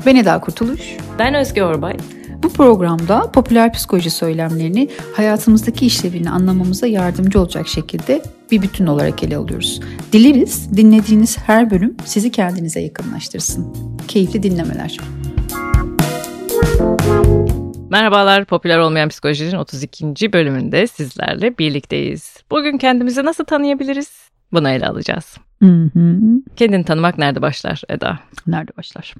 Ben Eda Kurtuluş. Ben Özge Orbay. Bu programda popüler psikoloji söylemlerini hayatımızdaki işlevini anlamamıza yardımcı olacak şekilde bir bütün olarak ele alıyoruz. Dileriz dinlediğiniz her bölüm sizi kendinize yakınlaştırsın. Keyifli dinlemeler. Merhabalar, Popüler Olmayan Psikolojinin 32. bölümünde sizlerle birlikteyiz. Bugün kendimizi nasıl tanıyabiliriz? Bunu ele alacağız. Kendini tanımak nerede başlar Eda? Nerede başlar?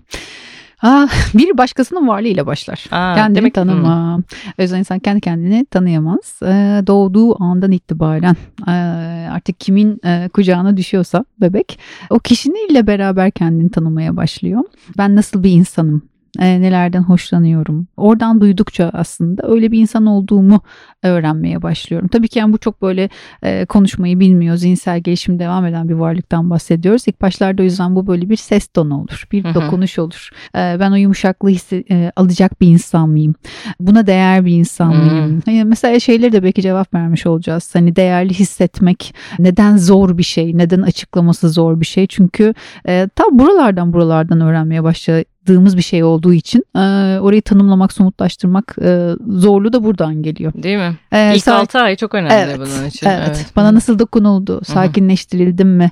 Bir başkasının varlığıyla başlar. Kendini tanıma. O yüzden insan kendi kendini tanıyamaz. Doğduğu andan itibaren artık kimin kucağına düşüyorsa bebek, o kişiyle beraber kendini tanımaya başlıyor. Ben nasıl bir insanım? Nelerden hoşlanıyorum. Oradan duydukça aslında öyle bir insan olduğumu öğrenmeye başlıyorum. Tabii ki yani bu çok böyle konuşmayı bilmiyor, zihinsel gelişim devam eden bir varlıktan bahsediyoruz. İlk başlarda o yüzden bu böyle bir ses tonu olur, bir dokunuş olur. Ben o yumuşaklığı alacak bir insan mıyım? Buna değer bir insan mıyım? Yani mesela şeyleri de belki cevap vermiş olacağız. Hani değerli hissetmek neden zor bir şey? Neden açıklaması zor bir şey? Çünkü tam buralardan öğrenmeye başladığımız bir şey olduğu için orayı tanımlamak, somutlaştırmak zorluğu da buradan geliyor. Değil mi? İlk 6 ay çok önemli bunun için. Evet. Bana nasıl dokunuldu? Sakinleştirildim mi?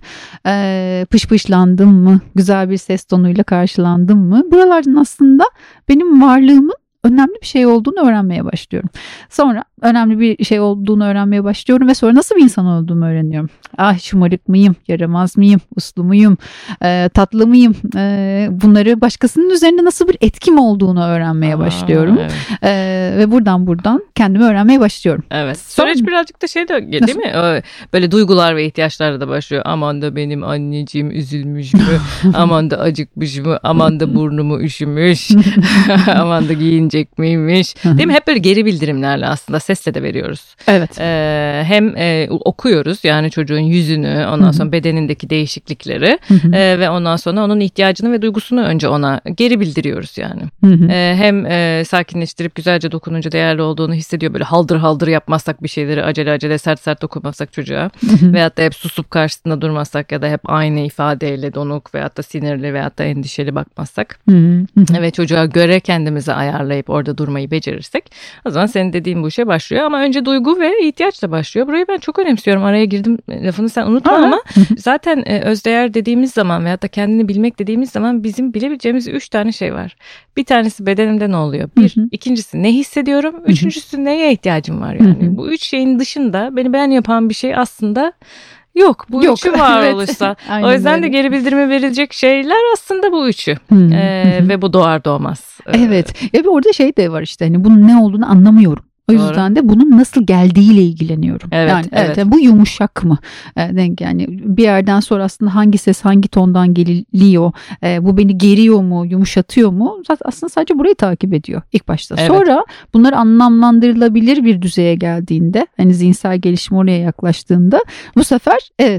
Pışpışlandım mı? Güzel bir ses tonuyla karşılandım mı? Buralardan aslında benim varlığımın önemli bir şey olduğunu öğrenmeye başlıyorum. Sonra önemli bir şey olduğunu öğrenmeye başlıyorum ve sonra nasıl bir insan olduğumu öğreniyorum. Şımarık mıyım, yaramaz mıyım, uslu muyum, tatlı mıyım? Bunları başkasının üzerinde nasıl bir etkim olduğunu öğrenmeye başlıyorum. Evet. Ve buradan kendimi öğrenmeye başlıyorum. Evet. Süreç birazcık da de değil mi? Böyle duygular ve ihtiyaçlarla da başlıyor. Aman da benim anneciğim üzülmüş mü? Aman da acıkmış mı? Aman da burnumu üşümüş? Aman da giyinecek miymiş? Değil mi? Hep böyle geri bildirimlerle aslında sesle de veriyoruz. Evet. Hem okuyoruz yani çocuğun yüzünü, ondan sonra bedenindeki değişiklikleri ve ondan sonra onun ihtiyacını ve duygusunu önce ona geri bildiriyoruz yani. Hem sakinleştirip güzelce dokununca değerli olduğunu hissediyor. Böyle haldır haldır yapmazsak bir şeyleri, acele sert dokunmazsak çocuğa veyahut da hep susup karşısında durmazsak ya da hep aynı ifadeyle donuk veyahut da sinirli veyahut da endişeli bakmazsak ve çocuğa göre kendimizi ayarlayıp orada durmayı becerirsek o zaman senin dediğin bu işe başlıyor ama önce duygu ve ihtiyaçla başlıyor. Burayı ben çok önemsiyorum. Araya girdim, lafını sen unutma ama zaten özdeğer dediğimiz zaman veyahut da kendini bilmek dediğimiz zaman bizim bilebileceğimiz 3 tane şey var. Bir tanesi bedenimde ne oluyor? İkincisi ne hissediyorum? Üçüncüsü neye ihtiyacım var yani? Bu 3 şeyin dışında beni ben yapan bir şey aslında yok. Bu üçü var olursa. O yüzden de geri bildirimi verecek şeyler aslında bu üçü. Ve bu doğar doğmaz. Evet. Ve orada şey de var işte hani bunun ne olduğunu anlamıyorum. O yüzden de bunun nasıl geldiğiyle ilgileniyorum. Evet. Bu yumuşak mı? Yani bir yerden sonra aslında hangi ses hangi tondan geliyor? Bu beni geriyor mu? Yumuşatıyor mu? Aslında sadece burayı takip ediyor ilk başta. Evet. Sonra bunlar anlamlandırılabilir bir düzeye geldiğinde, hani zihinsel gelişim oraya yaklaştığında bu sefer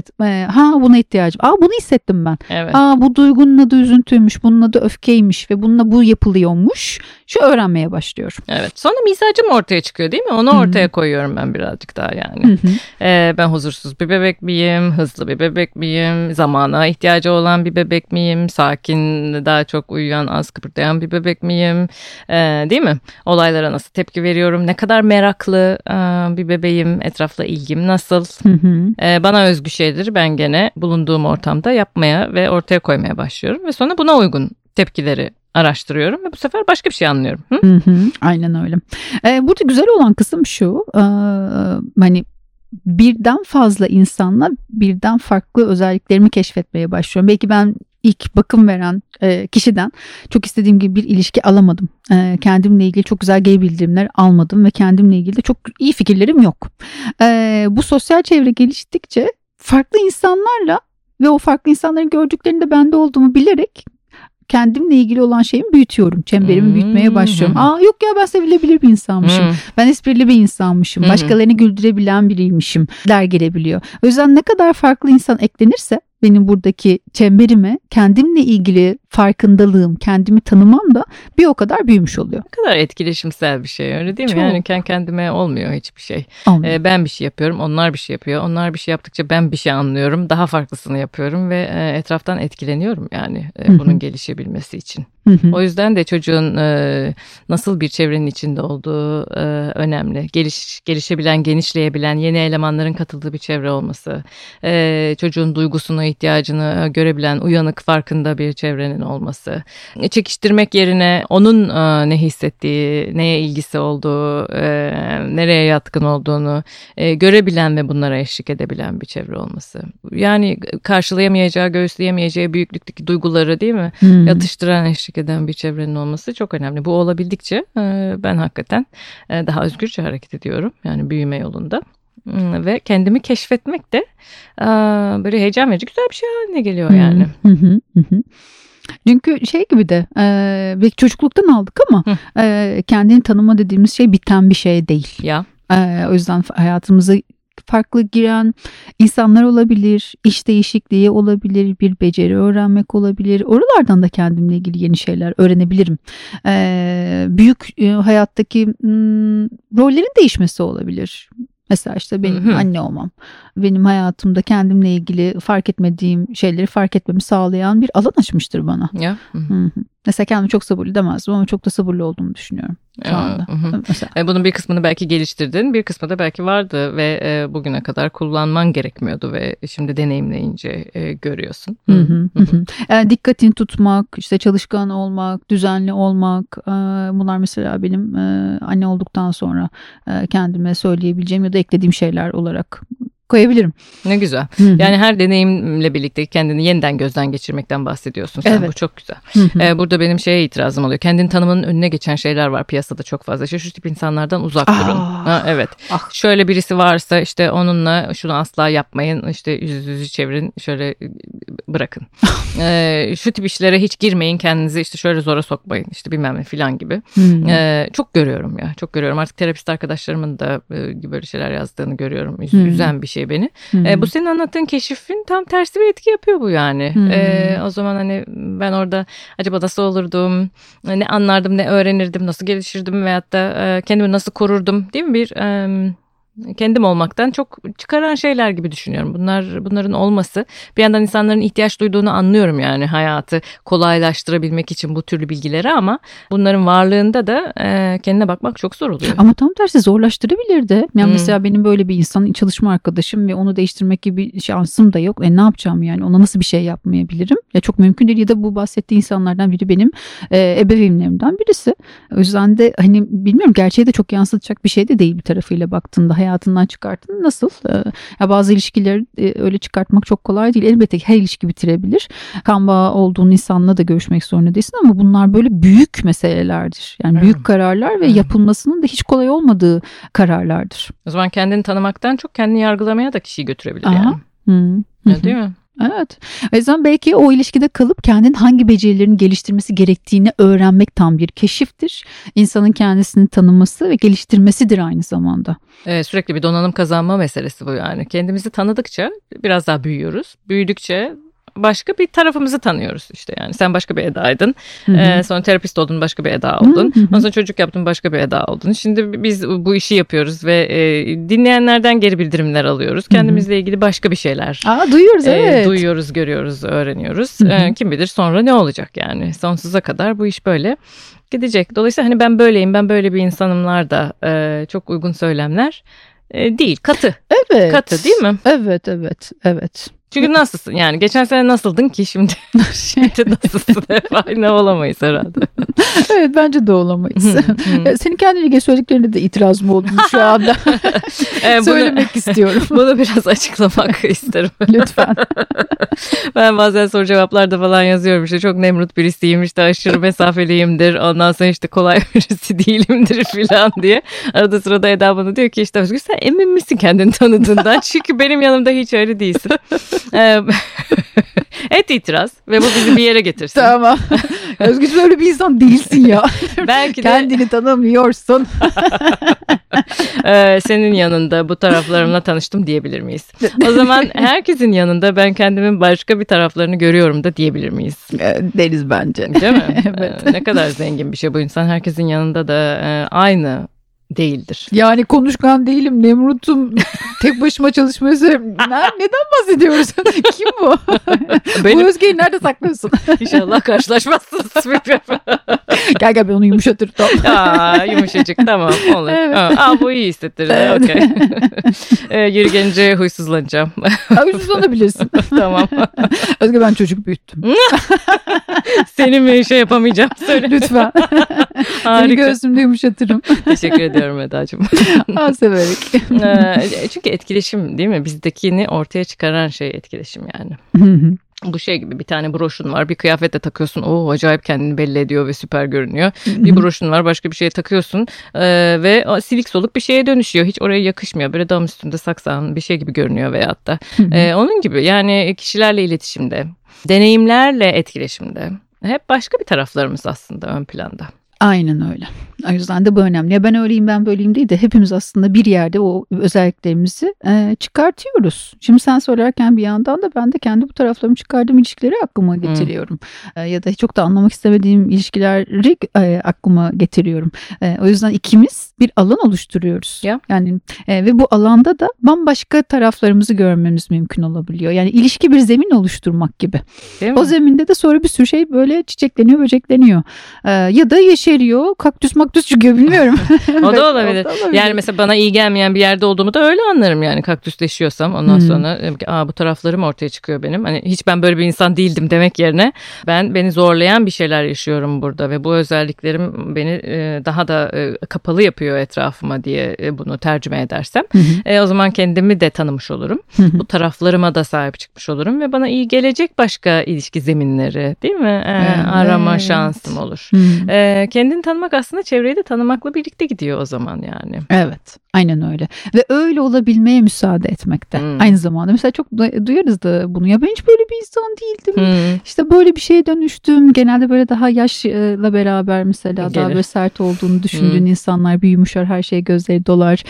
buna ihtiyacım. Bunu hissettim ben. Evet. Bu duygunun adı üzüntüymüş, bunun adı öfkeymiş ve bununla bu yapılıyormuş. Şu öğrenmeye başlıyorum. Evet. Sonra mizacım ortaya çıkıyor. Değil mi? Onu ortaya koyuyorum ben birazcık daha yani. Ben huzursuz bir bebek miyim? Hızlı bir bebek miyim? Zamana ihtiyacı olan bir bebek miyim? Sakin, daha çok uyuyan, az kıpırdayan bir bebek miyim? Değil mi? Olaylara nasıl tepki veriyorum? Ne kadar meraklı bir bebeğim? Etrafla ilgim nasıl? Bana özgü şeyleri ben gene bulunduğum ortamda yapmaya ve ortaya koymaya başlıyorum. Ve sonra buna uygun tepkileri araştırıyorum ve bu sefer başka bir şey anlıyorum. Aynen öyle. Burada güzel olan kısım şu, hani birden fazla insanla birden farklı özelliklerimi keşfetmeye başlıyorum. Belki ben ilk bakım veren kişiden çok istediğim gibi bir ilişki alamadım. Kendimle ilgili çok güzel geri bildirimler almadım ve kendimle ilgili de çok iyi fikirlerim yok. Bu sosyal çevre geliştikçe farklı insanlarla ve o farklı insanların gördüklerinde bende olduğumu bilerek kendimle ilgili olan şeyimi büyütüyorum. Çemberimi büyütmeye başlıyorum. Yok ya ben sevilebilir bir insanmışım. Ben esprili bir insanmışım. Başkalarını güldürebilen biriymişim der gelebiliyor. O yüzden ne kadar farklı insan eklenirse benim buradaki çemberime kendimle ilgili farkındalığım, kendimi tanımam da bir o kadar büyümüş oluyor. Ne kadar etkileşimsel bir şey, öyle değil mi? Çok. Yani kendime olmuyor hiçbir şey. Ben bir şey yapıyorum, onlar bir şey yapıyor. Onlar bir şey yaptıkça ben bir şey anlıyorum. Daha farklısını yapıyorum ve etraftan etkileniyorum yani bunun gelişebilmesi için. O yüzden de çocuğun nasıl bir çevrenin içinde olduğu önemli. Gelişebilen, genişleyebilen, yeni elemanların katıldığı bir çevre olması. Çocuğun duygusunu, ihtiyacını görebilen, uyanık, farkında bir çevrenin olması. Çekiştirmek yerine onun ne hissettiği, neye ilgisi olduğu, nereye yatkın olduğunu görebilen ve bunlara eşlik edebilen bir çevre olması. Yani karşılayamayacağı, göğüsleyemeyeceği büyüklükteki duyguları, değil mi? Yatıştıran, eşlik eden bir çevrenin olması çok önemli. Bu olabildikçe ben hakikaten daha özgürce hareket ediyorum. Yani büyüme yolunda. Ve kendimi keşfetmek de böyle heyecan verici, güzel bir şey haline geliyor yani. Çünkü şey gibi de belki çocukluktan aldık ama kendini tanıma dediğimiz şey biten bir şey değil. Ya. O yüzden hayatımıza farklı giren insanlar olabilir, iş değişikliği olabilir, bir beceri öğrenmek olabilir. Oralardan da kendimle ilgili yeni şeyler öğrenebilirim. Büyük hayattaki rollerin değişmesi olabilir. Mesela işte benim anne olmam, benim hayatımda kendimle ilgili fark etmediğim şeyleri fark etmemi sağlayan bir alan açmıştır bana. Ya. Mesela kendimi çok sabırlı demezdim ama çok da sabırlı olduğumu düşünüyorum şu anda. Bunun bir kısmını belki geliştirdin, bir kısmı da belki vardı ve bugüne kadar kullanman gerekmiyordu ve şimdi deneyimleyince görüyorsun. Yani dikkatini tutmak, işte çalışkan olmak, düzenli olmak, bunlar mesela benim anne olduktan sonra kendime söyleyebileceğim ya da eklediğim şeyler olarak koyabilirim. Ne güzel. Yani her deneyimle birlikte kendini yeniden gözden geçirmekten bahsediyorsun sen. Evet. Bu çok güzel. Burada benim şeye itirazım oluyor. Kendini tanımanın önüne geçen şeyler var piyasada çok fazla. İşte şu tip insanlardan uzak durun. Evet. Şöyle birisi varsa işte onunla şunu asla yapmayın. İşte yüzünüzü çevirin. Şöyle bırakın. Şu tip işlere hiç girmeyin. Kendinizi işte şöyle zora sokmayın. İşte bilmem ne falan gibi. Çok görüyorum ya. Çok görüyorum. Artık terapist arkadaşlarımın da böyle şeyler yazdığını görüyorum. Üzen bir şey beni. Bu senin anlattığın keşifin tam tersi bir etki yapıyor bu yani. O zaman hani ben orada acaba nasıl olurdum, ne anlardım, ne öğrenirdim, nasıl gelişirdim veyahut da kendimi nasıl korurdum, değil mi? Kendim olmaktan çok çıkaran şeyler gibi düşünüyorum. Bunların olması bir yandan insanların ihtiyaç duyduğunu anlıyorum yani hayatı kolaylaştırabilmek için bu türlü bilgileri ama bunların varlığında da kendine bakmak çok zor oluyor. Ama tam tersi zorlaştırabilir de. Yani mesela benim böyle bir insanın çalışma arkadaşım ve onu değiştirmek gibi şansım da yok. Ne yapacağım yani? Ona nasıl bir şey yapmayabilirim? Ya çok mümkün değil ya da bu bahsettiği insanlardan biri benim ebeveynlerimden birisi. O yüzden de hani bilmiyorum gerçeği de çok yansıtacak bir şey de değil bir tarafıyla baktığında. Hayatından çıkarttın. Nasıl? Ya bazı ilişkileri öyle çıkartmak çok kolay değil. Elbette her ilişki bitirebilir. Kan bağı olduğun insanla da görüşmek zorunda değilsin ama bunlar böyle büyük meselelerdir. Yani büyük kararlar ve yapılmasının da hiç kolay olmadığı kararlardır. O zaman kendini tanımaktan çok kendini yargılamaya da kişiyi götürebilir yani. Değil mi? Evet. O yüzden belki o ilişkide kalıp kendinin hangi becerilerini geliştirmesi gerektiğini öğrenmek tam bir keşiftir. İnsanın kendisini tanıması ve geliştirmesidir aynı zamanda. Sürekli bir donanım kazanma meselesi bu yani. Kendimizi tanıdıkça biraz daha büyüyoruz. Büyüdükçe başka bir tarafımızı tanıyoruz işte yani. Sen başka bir Eda'ydın. Sonra terapist oldun, başka bir Eda oldun. Ondan sonra çocuk yaptın, başka bir Eda oldun. Şimdi biz bu işi yapıyoruz ve dinleyenlerden geri bildirimler alıyoruz. Kendimizle ilgili başka bir şeyler. Duyuyoruz evet. Duyuyoruz, görüyoruz, öğreniyoruz. Kim bilir sonra ne olacak yani. Sonsuza kadar bu iş böyle gidecek. Dolayısıyla hani ben böyleyim, ben böyle bir insanımlar da çok uygun söylemler değil. Katı. Evet. Katı değil mi? Evet. Çünkü nasılsın yani geçen sene nasıldın ki şimdi nasılsın hep aynı olamayız herhalde. Evet bence de olamayız. Senin kendine ilgili söylediklerine de itirazım oldu şu anda. Söylemek istiyorum. Bunu biraz açıklamak isterim. Lütfen. Ben bazen soru cevaplarda falan yazıyorum işte çok nemrut birisiyim işte aşırı mesafeliyimdir ondan sonra işte kolay birisi değilimdir falan diye. Arada sırada Eda bana diyor ki işte Özgür sen emin misin kendini tanıdığından çünkü benim yanımda hiç öyle değilsin. Et itiraz ve bu bizi bir yere getirsin. Tamam. Özgür böyle bir insan değilsin ya. Belki de kendini tanımıyorsun. Senin yanında bu taraflarımla tanıştım diyebilir miyiz? O zaman herkesin yanında ben kendimin başka bir taraflarını görüyorum da diyebilir miyiz? Deriz bence. Değil mi? Evet. Ne kadar zengin bir şey bu insan. Herkesin yanında da aynı değildir. Yani konuşkan değilim, Nemrut'um, tek başıma çalışmayı seviyorum. Neden bahsediyoruz? Kim bu? Bu Özge'yi nerede saklıyorsun? İnşallah karşılaşmazsınız. Gel ben onu yumuşatırım. Aa, yumuşacık tamam olur. Evet. Bu iyi hissettirir. Okay. Yürü gelince huysuzlanacağım. Huysuzlanabilirsin. Tamam. Özge ben çocuk büyüttüm. Seni mi yapamayacağım? Söyle. Lütfen. Seni göğsümde yumuşatırım. Teşekkür ediyorum Eda'cığım. Severek. Çünkü etkileşim değil mi? Bizdekini ortaya çıkaran şey etkileşim yani. Bu şey gibi bir tane broşun var. Bir kıyafetle takıyorsun. O acayip kendini belli ediyor ve süper görünüyor. Bir broşun var. Başka bir şeye takıyorsun. Ve silik soluk bir şeye dönüşüyor. Hiç oraya yakışmıyor. Böyle dam üstünde saksan bir şey gibi görünüyor veyahut da. Onun gibi yani kişilerle iletişimde, deneyimlerle etkileşimde. Hep başka bir taraflarımız aslında ön planda. Aynen öyle. O yüzden de bu önemli. Ya ben öyleyim ben böyleyim değil de hepimiz aslında bir yerde o özelliklerimizi çıkartıyoruz. Şimdi sen söylerken bir yandan da ben de kendi bu taraflarımı çıkardığım ilişkileri aklıma getiriyorum. Ya da çok da anlamak istemediğim ilişkileri aklıma getiriyorum. O yüzden ikimiz bir alan oluşturuyoruz. Ya. Yani ve bu alanda da bambaşka taraflarımızı görmemiz mümkün olabiliyor. Yani ilişki bir zemin oluşturmak gibi. O zeminde de sonra bir sürü şey böyle çiçekleniyor, böcekleniyor. Ya da yeşeriyor, kaktüs çıkıyor bilmiyorum. O da olabilir. Yani mesela bana iyi gelmeyen bir yerde olduğumu da öyle anlarım yani kaktüsleşiyorsam. Ondan sonra bu taraflarım ortaya çıkıyor benim. Hani hiç ben böyle bir insan değildim demek yerine beni zorlayan bir şeyler yaşıyorum burada ve bu özelliklerim beni daha da kapalı yapıyor etrafıma diye bunu tercüme edersem. O zaman kendimi de tanımış olurum. Bu taraflarıma da sahip çıkmış olurum ve bana iyi gelecek başka ilişki zeminleri değil mi? Arama şansım olur. Kendini tanımak aslında çevreyi de tanımakla birlikte gidiyor o zaman yani. Evet, aynen öyle. Ve öyle olabilmeye müsaade etmekte. Aynı zamanda mesela çok duyarız da bunu. Ya ben hiç böyle bir insan değildim. İşte böyle bir şeye dönüştüm. Genelde böyle daha yaşla beraber mesela daha böyle sert olduğunu düşündüğün insanlar bir yumuşar, her şey gözleri dolar.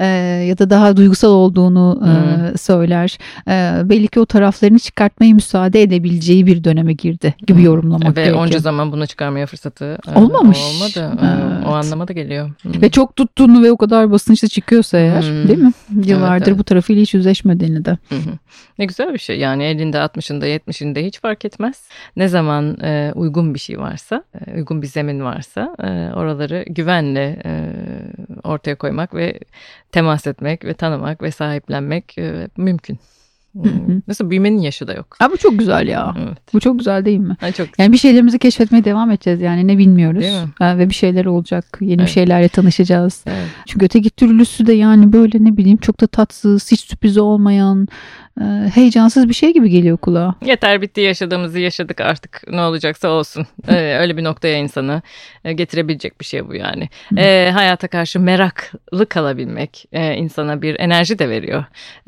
Ya da daha duygusal olduğunu söyler. Belli ki o taraflarını çıkartmaya müsaade edebileceği bir döneme girdi gibi yorumlamak gerekiyor. Ve onca zaman bunu çıkarmaya fırsatı olmamış. Olmadı. O anlama da geliyor. Ve çok tuttuğunu ve o kadar basınçlı çıkıyorsa eğer değil mi? Yıllardır evet. Bu tarafıyla hiç yüzleşmediğini de. Ne güzel bir şey. Yani 50'inde, 60'ında, 70'inde hiç fark etmez. Ne zaman uygun bir şey varsa, uygun bir zemin varsa oraları güvenle ortaya koymak ve temas etmek ve tanımak ve sahiplenmek mümkün. Nasıl büyümenin yaşı da yok. Bu çok güzel ya. Evet. Bu çok güzel değil mi? Çok güzel. Yani bir şeylerimizi keşfetmeye devam edeceğiz yani ne bilmiyoruz. Ve bir şeyler olacak. Yeni bir şeylerle tanışacağız. Evet. Çünkü öteki türlüsü de yani böyle ne bileyim çok da tatsız, hiç sürprizi olmayan, heyecansız bir şey gibi geliyor kulağa. Yeter bitti yaşadığımızı yaşadık artık ne olacaksa olsun. Öyle bir noktaya insanı getirebilecek bir şey bu yani. Hayata karşı meraklı kalabilmek insana bir enerji de veriyor.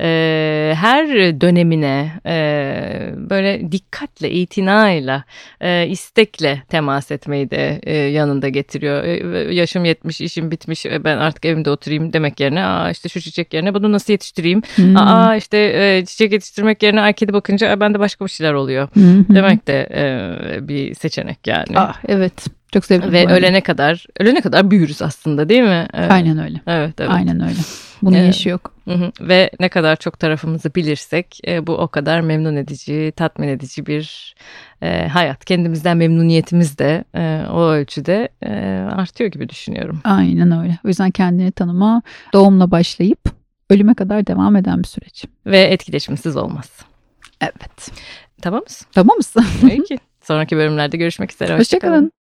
Her dönemine böyle dikkatle, itinayla, istekle temas etmeyi de yanında getiriyor. Yaşım 70, işim bitmiş, ben artık evimde oturayım demek yerine işte şu çiçek yerine bunu nasıl yetiştireyim? İşte çiçek yetiştirmek yerine kedi bakınca ben de başka bir şeyler oluyor. Demek de bir seçenek yani. Evet. Çok sevdim. Ve ölene kadar büyürüz aslında değil mi? Aynen öyle. Evet. Aynen öyle. Bunun yaşı yok. Ve ne kadar çok tarafımızı bilirsek bu o kadar memnun edici, tatmin edici bir hayat. Kendimizden memnuniyetimiz de o ölçüde artıyor gibi düşünüyorum. Aynen öyle. O yüzden kendini tanıma doğumla başlayıp ölüme kadar devam eden bir süreç. Ve etkileşimsiz olmaz. Evet. Tamam mısın? Tamam mısın? Peki. Sonraki bölümlerde görüşmek üzere. Hoşça kalın.